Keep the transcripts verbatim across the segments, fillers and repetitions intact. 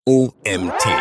O M T.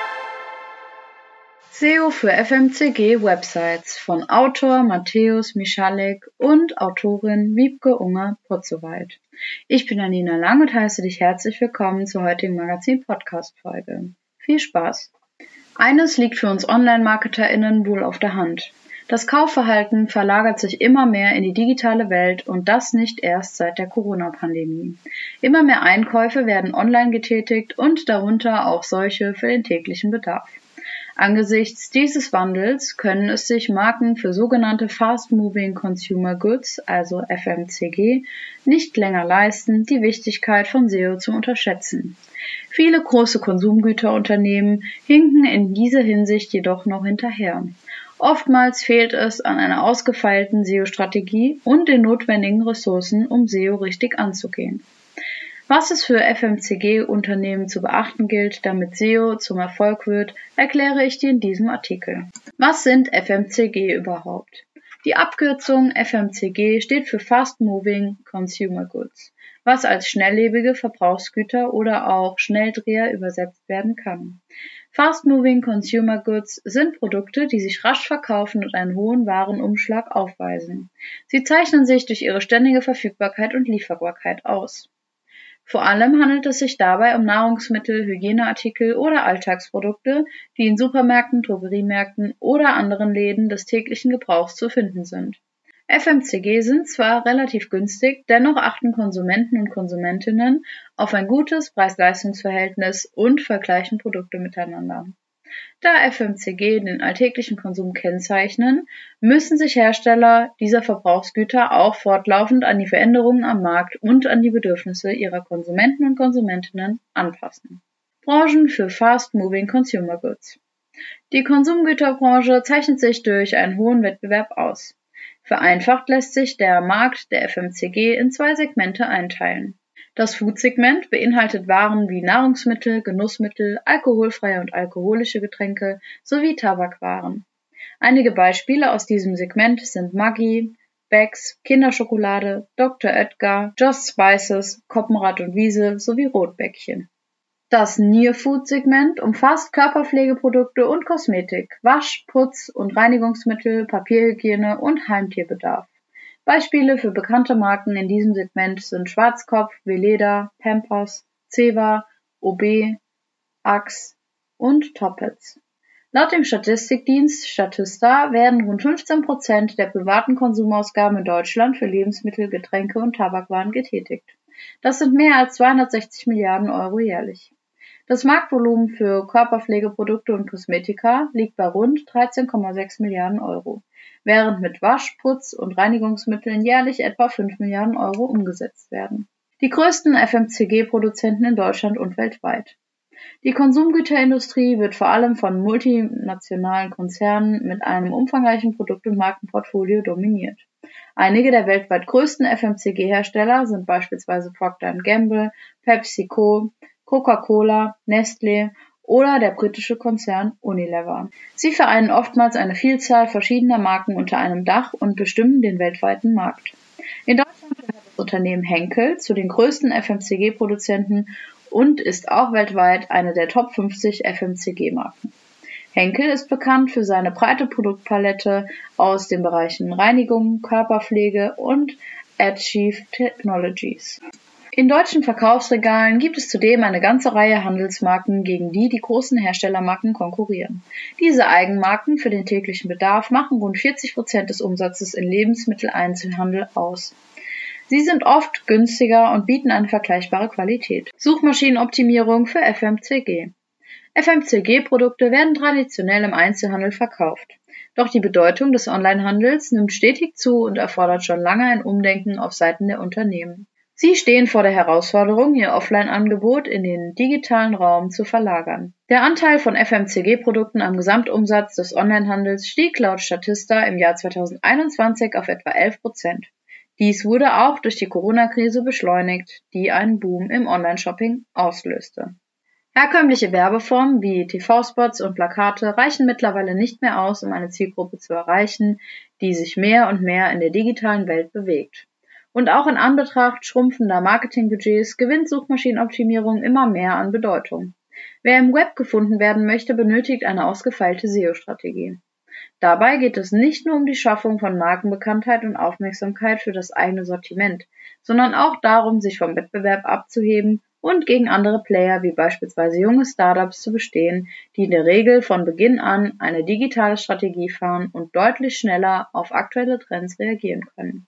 S E O für F M C G-Websites von Autor Matthäus Michalek und Autorin Wiebke Unger-Potzowait. Ich bin Janina Lang und heiße dich herzlich willkommen zur heutigen Magazin-Podcast-Folge. Viel Spaß! Eines liegt für uns Online-MarketerInnen wohl auf der Hand. Das Kaufverhalten verlagert sich immer mehr in die digitale Welt und das nicht erst seit der Corona-Pandemie. Immer mehr Einkäufe werden online getätigt und darunter auch solche für den täglichen Bedarf. Angesichts dieses Wandels können es sich Marken für sogenannte Fast-Moving Consumer Goods, also F M C G, nicht länger leisten, die Wichtigkeit von S E O zu unterschätzen. Viele große Konsumgüterunternehmen hinken in dieser Hinsicht jedoch noch hinterher. Oftmals fehlt es an einer ausgefeilten S E O-Strategie und den notwendigen Ressourcen, um S E O richtig anzugehen. Was es für F M C G-Unternehmen zu beachten gilt, damit S E O zum Erfolg wird, erkläre ich dir in diesem Artikel. Was sind F M C G überhaupt? Die Abkürzung F M C G steht für Fast Moving Consumer Goods, was als schnelllebige Verbrauchsgüter oder auch Schnelldreher übersetzt werden kann. Fast Moving Consumer Goods sind Produkte, die sich rasch verkaufen und einen hohen Warenumschlag aufweisen. Sie zeichnen sich durch ihre ständige Verfügbarkeit und Lieferbarkeit aus. Vor allem handelt es sich dabei um Nahrungsmittel, Hygieneartikel oder Alltagsprodukte, die in Supermärkten, Drogeriemärkten oder anderen Läden des täglichen Gebrauchs zu finden sind. F M C G sind zwar relativ günstig, dennoch achten Konsumenten und Konsumentinnen auf ein gutes Preis-Leistungs-Verhältnis und vergleichen Produkte miteinander. Da F M C G den alltäglichen Konsum kennzeichnen, müssen sich Hersteller dieser Verbrauchsgüter auch fortlaufend an die Veränderungen am Markt und an die Bedürfnisse ihrer Konsumenten und Konsumentinnen anpassen. Branchen für Fast Moving Consumer Goods. Die Konsumgüterbranche zeichnet sich durch einen hohen Wettbewerb aus. Vereinfacht lässt sich der Markt der F M C G in zwei Segmente einteilen. Das Food-Segment beinhaltet Waren wie Nahrungsmittel, Genussmittel, alkoholfreie und alkoholische Getränke sowie Tabakwaren. Einige Beispiele aus diesem Segment sind Maggi, Becks, Kinderschokolade, Doktor Oetker, Just Spices, Koppenrad und Wiese sowie Rotbäckchen. Das Near-Food-Segment umfasst Körperpflegeprodukte und Kosmetik, Wasch-, Putz- und Reinigungsmittel, Papierhygiene und Heimtierbedarf. Beispiele für bekannte Marken in diesem Segment sind Schwarzkopf, Weleda, Pampers, Zewa, O B, Axe und Toppets. Laut dem Statistikdienst Statista werden rund fünfzehn Prozent der privaten Konsumausgaben in Deutschland für Lebensmittel, Getränke und Tabakwaren getätigt. Das sind mehr als zweihundertsechzig Milliarden Euro jährlich. Das Marktvolumen für Körperpflegeprodukte und Kosmetika liegt bei rund dreizehn Komma sechs Milliarden Euro, während mit Wasch-, Putz- und Reinigungsmitteln jährlich etwa fünf Milliarden Euro umgesetzt werden. Die größten F M C G-Produzenten in Deutschland und weltweit. Die Konsumgüterindustrie wird vor allem von multinationalen Konzernen mit einem umfangreichen Produkt- und Markenportfolio dominiert. Einige der weltweit größten F M C G-Hersteller sind beispielsweise Procter and Gamble, PepsiCo, Coca-Cola, Nestlé oder der britische Konzern Unilever. Sie vereinen oftmals eine Vielzahl verschiedener Marken unter einem Dach und bestimmen den weltweiten Markt. In Deutschland gehört das Unternehmen Henkel zu den größten F M C G-Produzenten und ist auch weltweit eine der Top fünfzig F M C G-Marken. Henkel ist bekannt für seine breite Produktpalette aus den Bereichen Reinigung, Körperpflege und Achieve Technologies. In deutschen Verkaufsregalen gibt es zudem eine ganze Reihe Handelsmarken, gegen die die großen Herstellermarken konkurrieren. Diese Eigenmarken für den täglichen Bedarf machen rund vierzig Prozent des Umsatzes im Lebensmitteleinzelhandel aus. Sie sind oft günstiger und bieten eine vergleichbare Qualität. Suchmaschinenoptimierung für F M C G. F M C G-Produkte werden traditionell im Einzelhandel verkauft. Doch die Bedeutung des Onlinehandels nimmt stetig zu und erfordert schon lange ein Umdenken auf Seiten der Unternehmen. Sie stehen vor der Herausforderung, ihr Offline-Angebot in den digitalen Raum zu verlagern. Der Anteil von F M C G-Produkten am Gesamtumsatz des Onlinehandels stieg laut Statista im Jahr zweitausendeinundzwanzig auf etwa elf Prozent. Dies wurde auch durch die Corona-Krise beschleunigt, die einen Boom im Online-Shopping auslöste. Herkömmliche Werbeformen wie T V-Spots und Plakate reichen mittlerweile nicht mehr aus, um eine Zielgruppe zu erreichen, die sich mehr und mehr in der digitalen Welt bewegt. Und auch in Anbetracht schrumpfender Marketingbudgets gewinnt Suchmaschinenoptimierung immer mehr an Bedeutung. Wer im Web gefunden werden möchte, benötigt eine ausgefeilte S E O-Strategie. Dabei geht es nicht nur um die Schaffung von Markenbekanntheit und Aufmerksamkeit für das eigene Sortiment, sondern auch darum, sich vom Wettbewerb abzuheben und gegen andere Player wie beispielsweise junge Startups zu bestehen, die in der Regel von Beginn an eine digitale Strategie fahren und deutlich schneller auf aktuelle Trends reagieren können.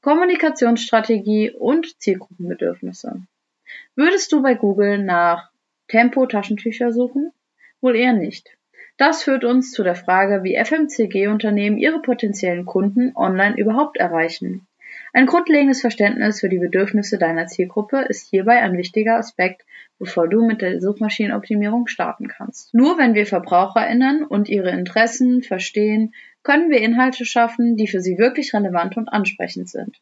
Kommunikationsstrategie und Zielgruppenbedürfnisse. Würdest du bei Google nach Tempo-Taschentücher suchen? Wohl eher nicht. Das führt uns zu der Frage, wie F M C G-Unternehmen ihre potenziellen Kunden online überhaupt erreichen. Ein grundlegendes Verständnis für die Bedürfnisse deiner Zielgruppe ist hierbei ein wichtiger Aspekt, bevor du mit der Suchmaschinenoptimierung starten kannst. Nur wenn wir VerbraucherInnen und ihre Interessen verstehen, können wir Inhalte schaffen, die für sie wirklich relevant und ansprechend sind.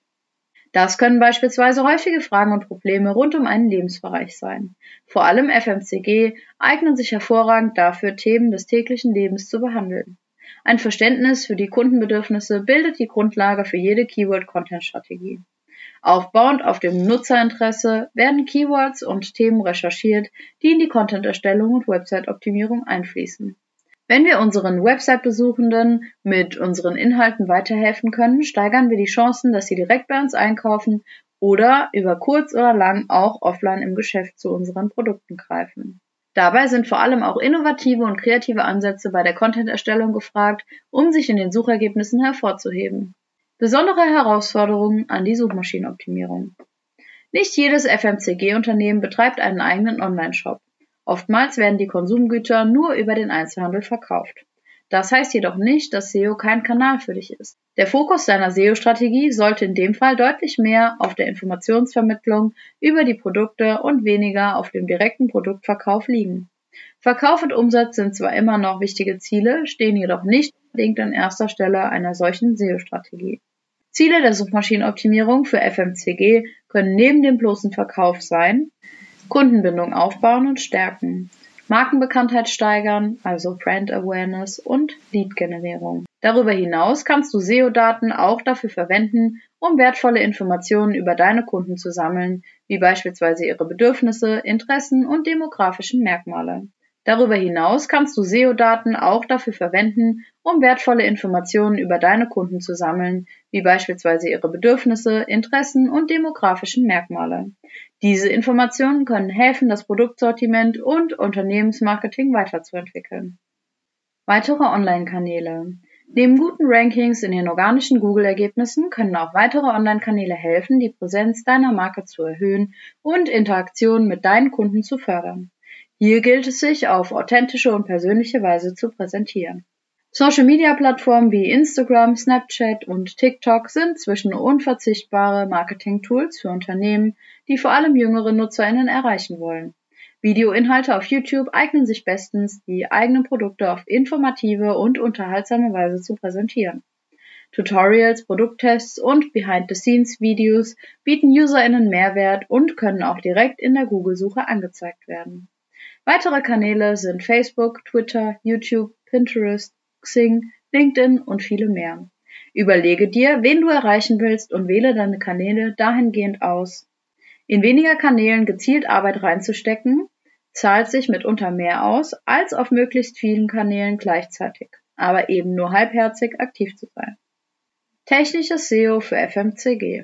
Das können beispielsweise häufige Fragen und Probleme rund um einen Lebensbereich sein. Vor allem F M C G eignen sich hervorragend dafür, Themen des täglichen Lebens zu behandeln. Ein Verständnis für die Kundenbedürfnisse bildet die Grundlage für jede Keyword-Content-Strategie. Aufbauend auf dem Nutzerinteresse werden Keywords und Themen recherchiert, die in die Content-Erstellung und Website-Optimierung einfließen. Wenn wir unseren Website-Besuchenden mit unseren Inhalten weiterhelfen können, steigern wir die Chancen, dass sie direkt bei uns einkaufen oder über kurz oder lang auch offline im Geschäft zu unseren Produkten greifen. Dabei sind vor allem auch innovative und kreative Ansätze bei der Content-Erstellung gefragt, um sich in den Suchergebnissen hervorzuheben. Besondere Herausforderungen an die Suchmaschinenoptimierung. Nicht jedes F M C G-Unternehmen betreibt einen eigenen Online-Shop. Oftmals werden die Konsumgüter nur über den Einzelhandel verkauft. Das heißt jedoch nicht, dass S E O kein Kanal für dich ist. Der Fokus deiner S E O-Strategie sollte in dem Fall deutlich mehr auf der Informationsvermittlung über die Produkte und weniger auf dem direkten Produktverkauf liegen. Verkauf und Umsatz sind zwar immer noch wichtige Ziele, stehen jedoch nicht unbedingt an erster Stelle einer solchen S E O-Strategie. Ziele der Suchmaschinenoptimierung für F M C G können neben dem bloßen Verkauf sein: Kundenbindung aufbauen und stärken, Markenbekanntheit steigern, also Brand Awareness, und Lead-Generierung. Darüber hinaus kannst du S E O-Daten auch dafür verwenden, um wertvolle Informationen über deine Kunden zu sammeln, wie beispielsweise ihre Bedürfnisse, Interessen und demografischen Merkmale. Darüber hinaus kannst du S E O-Daten auch dafür verwenden, um wertvolle Informationen über deine Kunden zu sammeln, wie beispielsweise ihre Bedürfnisse, Interessen und demografischen Merkmale. Diese Informationen können helfen, das Produktsortiment und Unternehmensmarketing weiterzuentwickeln. Weitere Online-Kanäle. Neben guten Rankings in den organischen Google-Ergebnissen können auch weitere Online-Kanäle helfen, die Präsenz deiner Marke zu erhöhen und Interaktionen mit deinen Kunden zu fördern. Hier gilt es, sich auf authentische und persönliche Weise zu präsentieren. Social-Media-Plattformen wie Instagram, Snapchat und TikTok sind zwischen unverzichtbare Marketing-Tools für Unternehmen, die vor allem jüngere NutzerInnen erreichen wollen. Videoinhalte auf YouTube eignen sich bestens, die eigenen Produkte auf informative und unterhaltsame Weise zu präsentieren. Tutorials, Produkttests und Behind-the-Scenes-Videos bieten UserInnen Mehrwert und können auch direkt in der Google-Suche angezeigt werden. Weitere Kanäle sind Facebook, Twitter, YouTube, Pinterest, Xing, LinkedIn und viele mehr. Überlege dir, wen du erreichen willst und wähle deine Kanäle dahingehend aus. In weniger Kanälen gezielt Arbeit reinzustecken, zahlt sich mitunter mehr aus, als auf möglichst vielen Kanälen gleichzeitig, aber eben nur halbherzig aktiv zu sein. Technisches S E O für F M C G.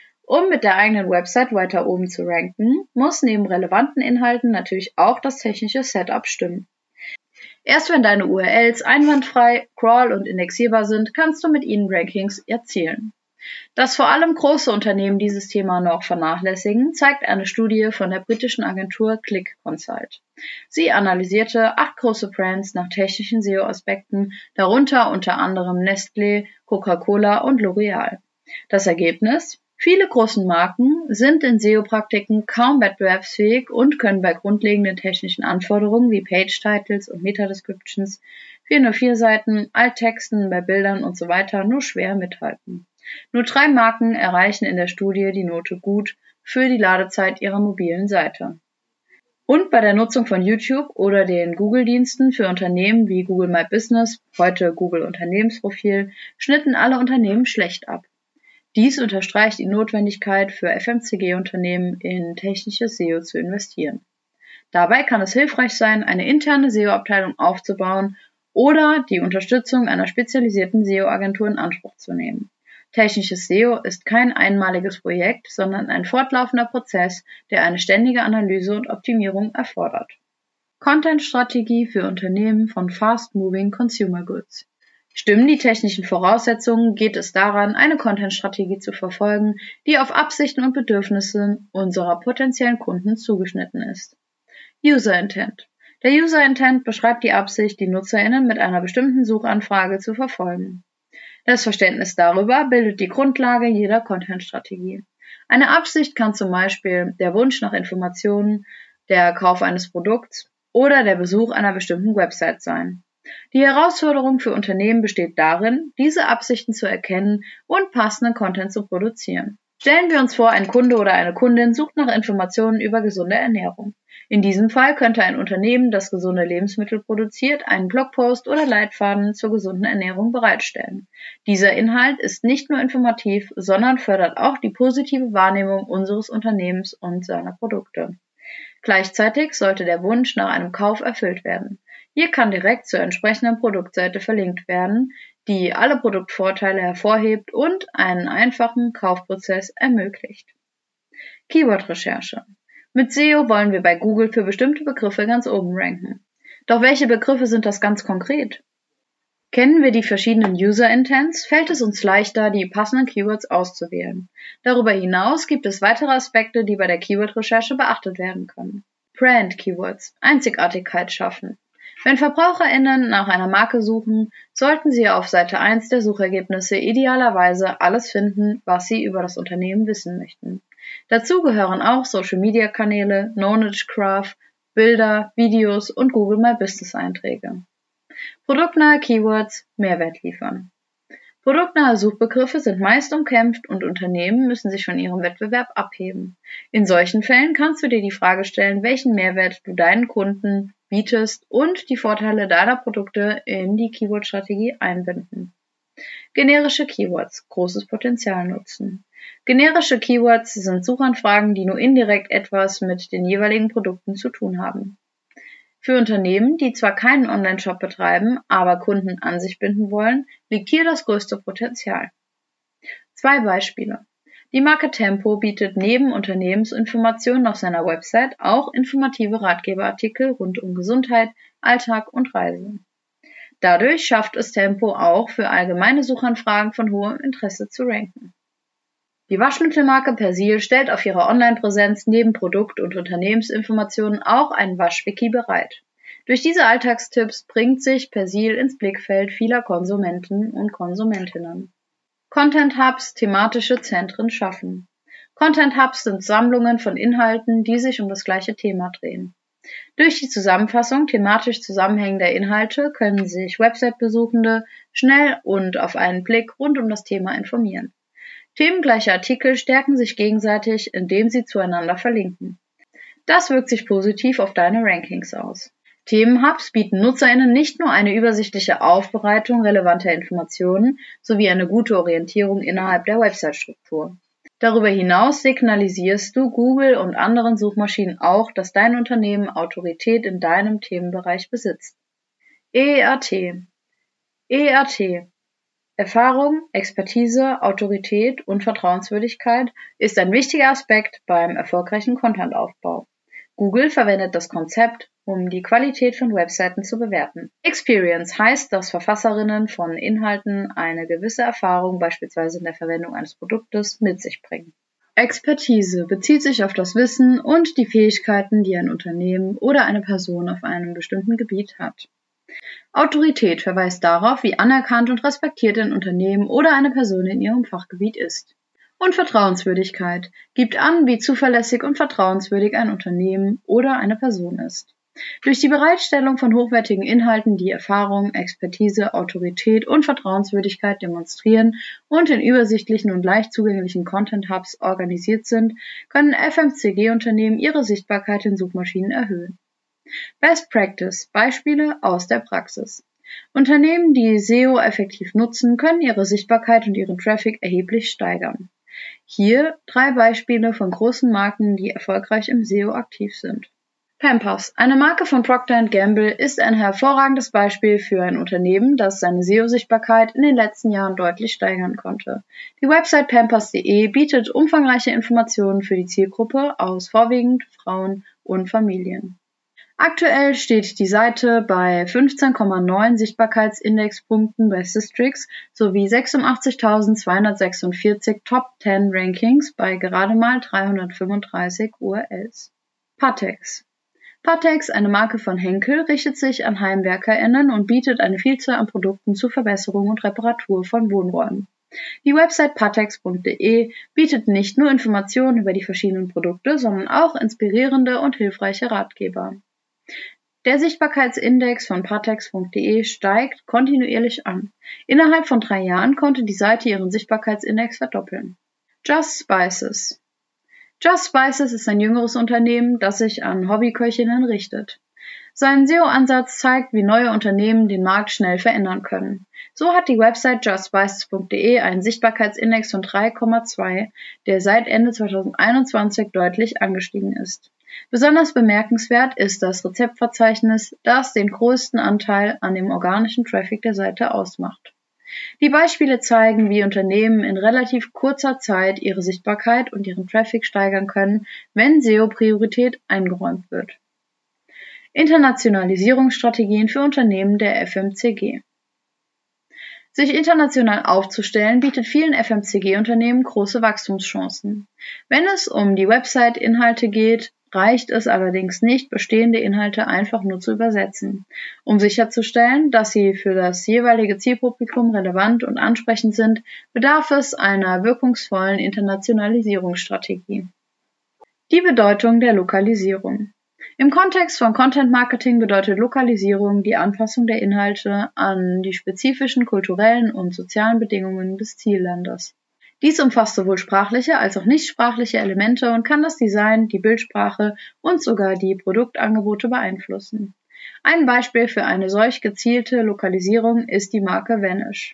Um mit der eigenen Website weiter oben zu ranken, muss neben relevanten Inhalten natürlich auch das technische Setup stimmen. Erst wenn deine U R Ls einwandfrei, crawl- und indexierbar sind, kannst du mit ihnen Rankings erzielen. Dass vor allem große Unternehmen dieses Thema noch vernachlässigen, zeigt eine Studie von der britischen Agentur Click Consult. Sie analysierte acht große Brands nach technischen S E O-Aspekten, darunter unter anderem Nestlé, Coca-Cola und L'Oreal. Das Ergebnis? Viele große Marken sind in S E O-Praktiken kaum wettbewerbsfähig und können bei grundlegenden technischen Anforderungen wie Page-Titles und Meta-Descriptions, vierhundertvier Seiten, Alttexten bei Bildern usw. nur schwer mithalten. Nur drei Marken erreichen in der Studie die Note gut für die Ladezeit ihrer mobilen Seite. Und bei der Nutzung von YouTube oder den Google-Diensten für Unternehmen wie Google My Business, heute Google Unternehmensprofil, schnitten alle Unternehmen schlecht ab. Dies unterstreicht die Notwendigkeit für F M C G-Unternehmen in technisches S E O zu investieren. Dabei kann es hilfreich sein, eine interne S E O-Abteilung aufzubauen oder die Unterstützung einer spezialisierten S E O-Agentur in Anspruch zu nehmen. Technisches S E O ist kein einmaliges Projekt, sondern ein fortlaufender Prozess, der eine ständige Analyse und Optimierung erfordert. Content-Strategie für Unternehmen von Fast-Moving Consumer Goods. Stimmen die technischen Voraussetzungen, geht es daran, eine Content-Strategie zu verfolgen, die auf Absichten und Bedürfnisse unserer potenziellen Kunden zugeschnitten ist. User Intent. Der User Intent beschreibt die Absicht, die NutzerInnen mit einer bestimmten Suchanfrage zu verfolgen. Das Verständnis darüber bildet die Grundlage jeder Content-Strategie. Eine Absicht kann zum Beispiel der Wunsch nach Informationen, der Kauf eines Produkts oder der Besuch einer bestimmten Website sein. Die Herausforderung für Unternehmen besteht darin, diese Absichten zu erkennen und passenden Content zu produzieren. Stellen wir uns vor, ein Kunde oder eine Kundin sucht nach Informationen über gesunde Ernährung. In diesem Fall könnte ein Unternehmen, das gesunde Lebensmittel produziert, einen Blogpost oder Leitfaden zur gesunden Ernährung bereitstellen. Dieser Inhalt ist nicht nur informativ, sondern fördert auch die positive Wahrnehmung unseres Unternehmens und seiner Produkte. Gleichzeitig sollte der Wunsch nach einem Kauf erfüllt werden. Hier kann direkt zur entsprechenden Produktseite verlinkt werden, die alle Produktvorteile hervorhebt und einen einfachen Kaufprozess ermöglicht. Keyword-Recherche. Mit S E O wollen wir bei Google für bestimmte Begriffe ganz oben ranken. Doch welche Begriffe sind das ganz konkret? Kennen wir die verschiedenen User-Intents, fällt es uns leichter, die passenden Keywords auszuwählen. Darüber hinaus gibt es weitere Aspekte, die bei der Keyword-Recherche beachtet werden können. Brand-Keywords. Einzigartigkeit schaffen. Wenn VerbraucherInnen nach einer Marke suchen, sollten sie auf Seite eins der Suchergebnisse idealerweise alles finden, was sie über das Unternehmen wissen möchten. Dazu gehören auch Social-Media-Kanäle, Knowledge Graph, Bilder, Videos und Google My Business-Einträge. Produktnahe Keywords Mehrwert liefern. Produktnahe Suchbegriffe sind meist umkämpft und Unternehmen müssen sich von ihrem Wettbewerb abheben. In solchen Fällen kannst du dir die Frage stellen, welchen Mehrwert du deinen Kunden bietest und die Vorteile deiner Produkte in die Keyword-Strategie einbinden. Generische Keywords, großes Potenzial nutzen. Generische Keywords sind Suchanfragen, die nur indirekt etwas mit den jeweiligen Produkten zu tun haben. Für Unternehmen, die zwar keinen Online-Shop betreiben, aber Kunden an sich binden wollen, liegt hier das größte Potenzial. Zwei Beispiele. Die Marke Tempo bietet neben Unternehmensinformationen auf seiner Website auch informative Ratgeberartikel rund um Gesundheit, Alltag und Reisen. Dadurch schafft es Tempo auch für allgemeine Suchanfragen von hohem Interesse zu ranken. Die Waschmittelmarke Persil stellt auf ihrer Online-Präsenz neben Produkt- und Unternehmensinformationen auch ein Waschwiki bereit. Durch diese Alltagstipps bringt sich Persil ins Blickfeld vieler Konsumenten und Konsumentinnen. Content Hubs thematische Zentren schaffen. Content Hubs sind Sammlungen von Inhalten, die sich um das gleiche Thema drehen. Durch die Zusammenfassung thematisch zusammenhängender Inhalte können sich Website-Besuchende schnell und auf einen Blick rund um das Thema informieren. Themengleiche Artikel stärken sich gegenseitig, indem sie zueinander verlinken. Das wirkt sich positiv auf deine Rankings aus. Themenhubs bieten NutzerInnen nicht nur eine übersichtliche Aufbereitung relevanter Informationen sowie eine gute Orientierung innerhalb der Website-Struktur. Darüber hinaus signalisierst du Google und anderen Suchmaschinen auch, dass dein Unternehmen Autorität in deinem Themenbereich besitzt. E E R T. E E R T. Erfahrung, Expertise, Autorität und Vertrauenswürdigkeit ist ein wichtiger Aspekt beim erfolgreichen Contentaufbau. Google verwendet das Konzept, um die Qualität von Webseiten zu bewerten. Experience heißt, dass Verfasserinnen von Inhalten eine gewisse Erfahrung, beispielsweise in der Verwendung eines Produktes, mit sich bringen. Expertise bezieht sich auf das Wissen und die Fähigkeiten, die ein Unternehmen oder eine Person auf einem bestimmten Gebiet hat. Autorität verweist darauf, wie anerkannt und respektiert ein Unternehmen oder eine Person in ihrem Fachgebiet ist. Und Vertrauenswürdigkeit gibt an, wie zuverlässig und vertrauenswürdig ein Unternehmen oder eine Person ist. Durch die Bereitstellung von hochwertigen Inhalten, die Erfahrung, Expertise, Autorität und Vertrauenswürdigkeit demonstrieren und in übersichtlichen und leicht zugänglichen Content-Hubs organisiert sind, können F M C G-Unternehmen ihre Sichtbarkeit in Suchmaschinen erhöhen. Best Practice – Beispiele aus der Praxis. Unternehmen, die S E O effektiv nutzen, können ihre Sichtbarkeit und ihren Traffic erheblich steigern. Hier drei Beispiele von großen Marken, die erfolgreich im S E O aktiv sind. Pampers, eine Marke von Procter and Gamble, ist ein hervorragendes Beispiel für ein Unternehmen, das seine S E O-Sichtbarkeit in den letzten Jahren deutlich steigern konnte. Die Website pampers punkt de bietet umfangreiche Informationen für die Zielgruppe aus vorwiegend Frauen und Familien. Aktuell steht die Seite bei fünfzehn Komma neun Sichtbarkeitsindexpunkten bei Sistrix sowie sechsundachtzigtausendzweihundertsechsundvierzig Top zehn Rankings bei gerade mal dreihundertfünfunddreißig U R Ls. Pattex. Pattex, eine Marke von Henkel, richtet sich an HeimwerkerInnen und bietet eine Vielzahl an Produkten zur Verbesserung und Reparatur von Wohnräumen. Die Website pattex punkt de bietet nicht nur Informationen über die verschiedenen Produkte, sondern auch inspirierende und hilfreiche Ratgeber. Der Sichtbarkeitsindex von pattex punkt de steigt kontinuierlich an. Innerhalb von drei Jahren konnte die Seite ihren Sichtbarkeitsindex verdoppeln. Just Spices. Just Spices ist ein jüngeres Unternehmen, das sich an Hobbyköchinnen richtet. Sein S E O-Ansatz zeigt, wie neue Unternehmen den Markt schnell verändern können. So hat die Website just spices punkt de einen Sichtbarkeitsindex von drei Komma zwei, der seit Ende zweitausendeinundzwanzig deutlich angestiegen ist. Besonders bemerkenswert ist das Rezeptverzeichnis, das den größten Anteil an dem organischen Traffic der Seite ausmacht. Die Beispiele zeigen, wie Unternehmen in relativ kurzer Zeit ihre Sichtbarkeit und ihren Traffic steigern können, wenn S E O-Priorität eingeräumt wird. Internationalisierungsstrategien für Unternehmen der F M C G. Sich international aufzustellen, bietet vielen F M C G-Unternehmen große Wachstumschancen. Wenn es um die Website-Inhalte geht, reicht es allerdings nicht, bestehende Inhalte einfach nur zu übersetzen. Um sicherzustellen, dass sie für das jeweilige Zielpublikum relevant und ansprechend sind, bedarf es einer wirkungsvollen Internationalisierungsstrategie. Die Bedeutung der Lokalisierung. Im Kontext von Content Marketing bedeutet Lokalisierung die Anpassung der Inhalte an die spezifischen kulturellen und sozialen Bedingungen des Ziellandes. Dies umfasst sowohl sprachliche als auch nichtsprachliche Elemente und kann das Design, die Bildsprache und sogar die Produktangebote beeinflussen. Ein Beispiel für eine solch gezielte Lokalisierung ist die Marke Vanish.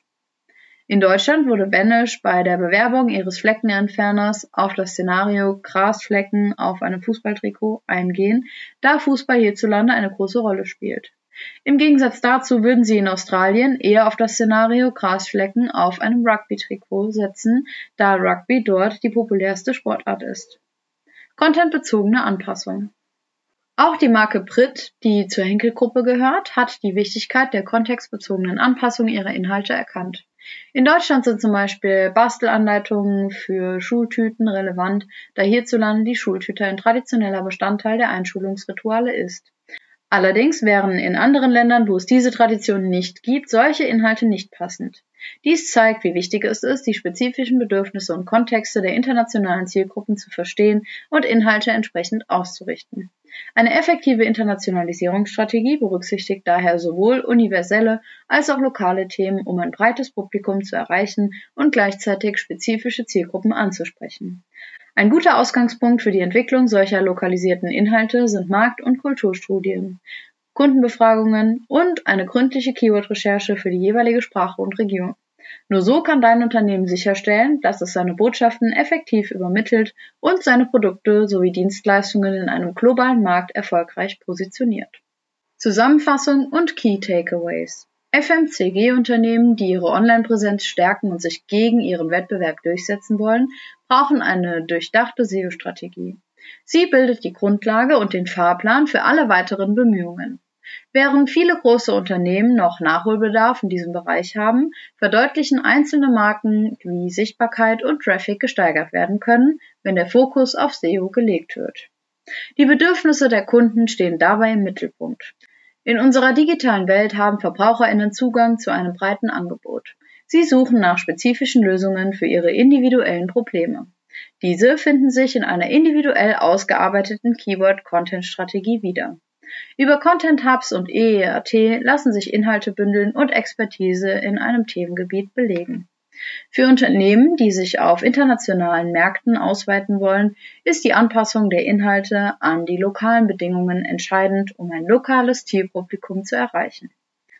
In Deutschland wurde Vanish bei der Bewerbung ihres Fleckenentferners auf das Szenario Grasflecken auf einem Fußballtrikot eingehen, da Fußball hierzulande eine große Rolle spielt. Im Gegensatz dazu würden sie in Australien eher auf das Szenario Grasflecken auf einem Rugby-Trikot setzen, da Rugby dort die populärste Sportart ist. Contentbezogene Anpassung. Auch die Marke Brit, die zur Henkel-Gruppe gehört, hat die Wichtigkeit der kontextbezogenen Anpassung ihrer Inhalte erkannt. In Deutschland sind zum Beispiel Bastelanleitungen für Schultüten relevant, da hierzulande die Schultüte ein traditioneller Bestandteil der Einschulungsrituale ist. Allerdings wären in anderen Ländern, wo es diese Tradition nicht gibt, solche Inhalte nicht passend. Dies zeigt, wie wichtig es ist, die spezifischen Bedürfnisse und Kontexte der internationalen Zielgruppen zu verstehen und Inhalte entsprechend auszurichten. Eine effektive Internationalisierungsstrategie berücksichtigt daher sowohl universelle als auch lokale Themen, um ein breites Publikum zu erreichen und gleichzeitig spezifische Zielgruppen anzusprechen. Ein guter Ausgangspunkt für die Entwicklung solcher lokalisierten Inhalte sind Markt- und Kulturstudien, Kundenbefragungen und eine gründliche Keyword-Recherche für die jeweilige Sprache und Region. Nur so kann dein Unternehmen sicherstellen, dass es seine Botschaften effektiv übermittelt und seine Produkte sowie Dienstleistungen in einem globalen Markt erfolgreich positioniert. Zusammenfassung und Key Takeaways. F M C G-Unternehmen, die ihre Online-Präsenz stärken und sich gegen ihren Wettbewerb durchsetzen wollen, brauchen eine durchdachte S E O-Strategie. Sie bildet die Grundlage und den Fahrplan für alle weiteren Bemühungen. Während viele große Unternehmen noch Nachholbedarf in diesem Bereich haben, verdeutlichen einzelne Marken, wie Sichtbarkeit und Traffic gesteigert werden können, wenn der Fokus auf S E O gelegt wird. Die Bedürfnisse der Kunden stehen dabei im Mittelpunkt. In unserer digitalen Welt haben VerbraucherInnen Zugang zu einem breiten Angebot. Sie suchen nach spezifischen Lösungen für ihre individuellen Probleme. Diese finden sich in einer individuell ausgearbeiteten Keyword-Content-Strategie wieder. Über Content-Hubs und E E A T lassen sich Inhalte bündeln und Expertise in einem Themengebiet belegen. Für Unternehmen, die sich auf internationalen Märkten ausweiten wollen, ist die Anpassung der Inhalte an die lokalen Bedingungen entscheidend, um ein lokales Zielpublikum zu erreichen.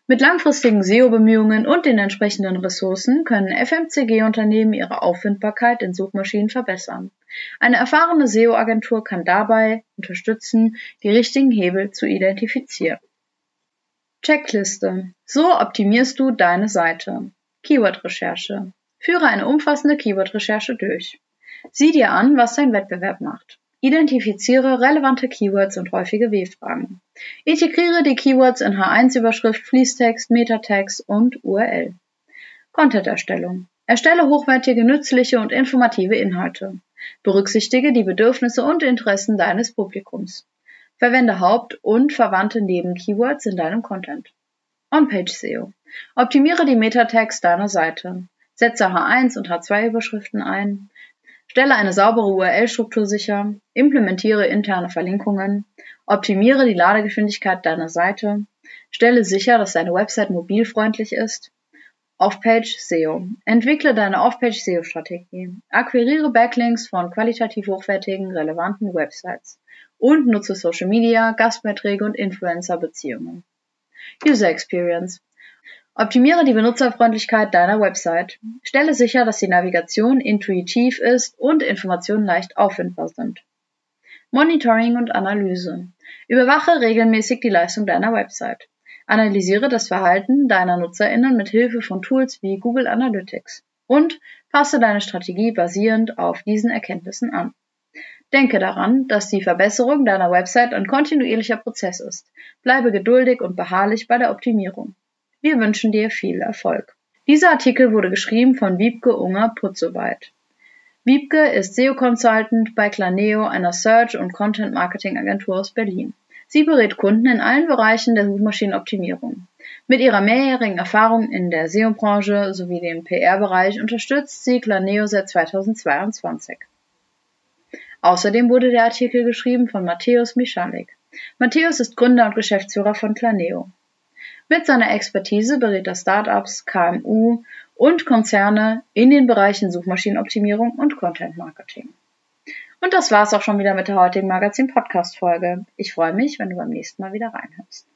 Mit langfristigen S E O-Bemühungen und den entsprechenden Ressourcen können F M C G-Unternehmen ihre Auffindbarkeit in Suchmaschinen verbessern. Eine erfahrene S E O-Agentur kann dabei unterstützen, die richtigen Hebel zu identifizieren. Checkliste. So optimierst du deine Seite. Keyword-Recherche. Führe eine umfassende Keyword-Recherche durch. Sieh dir an, was dein Wettbewerb macht. Identifiziere relevante Keywords und häufige W-Fragen. Integriere die Keywords in H eins Überschrift, Fließtext, Metatext und U R L. Content-Erstellung. Erstelle hochwertige, nützliche und informative Inhalte. Berücksichtige die Bedürfnisse und Interessen deines Publikums. Verwende Haupt- und verwandte Nebenkeywords in deinem Content. On-Page-S E O. Optimiere die Metatext deiner Seite. Setze H eins und H zwei Überschriften ein. Stelle eine saubere U R L-Struktur sicher. Implementiere interne Verlinkungen. Optimiere die Ladegeschwindigkeit deiner Seite. Stelle sicher, dass deine Website mobilfreundlich ist. Off-Page-S E O. Entwickle deine Off-Page-S E O-Strategie. Akquiriere Backlinks von qualitativ hochwertigen, relevanten Websites. Und nutze Social Media, Gastbeiträge und Influencer-Beziehungen. User Experience. Optimiere die Benutzerfreundlichkeit deiner Website. Stelle sicher, dass die Navigation intuitiv ist und Informationen leicht auffindbar sind. Monitoring und Analyse. Überwache regelmäßig die Leistung deiner Website. Analysiere das Verhalten deiner NutzerInnen mit Hilfe von Tools wie Google Analytics und passe deine Strategie basierend auf diesen Erkenntnissen an. Denke daran, dass die Verbesserung deiner Website ein kontinuierlicher Prozess ist. Bleibe geduldig und beharrlich bei der Optimierung. Wir wünschen dir viel Erfolg. Dieser Artikel wurde geschrieben von Wiebke Unger-Putzowait. Wiebke ist S E O-Consultant bei Planeo, einer Search- und Content-Marketing-Agentur aus Berlin. Sie berät Kunden in allen Bereichen der Suchmaschinenoptimierung. Mit ihrer mehrjährigen Erfahrung in der S E O-Branche sowie dem P R-Bereich unterstützt sie Planeo seit zweitausendzweiundzwanzig. Außerdem wurde der Artikel geschrieben von Matthäus Michalik. Matthäus ist Gründer und Geschäftsführer von Planeo. Mit seiner Expertise berät er Startups, K M U und Konzerne in den Bereichen Suchmaschinenoptimierung und Content Marketing. Und das war's auch schon wieder mit der heutigen Magazin-Podcast-Folge. Ich freue mich, wenn du beim nächsten Mal wieder reinhörst.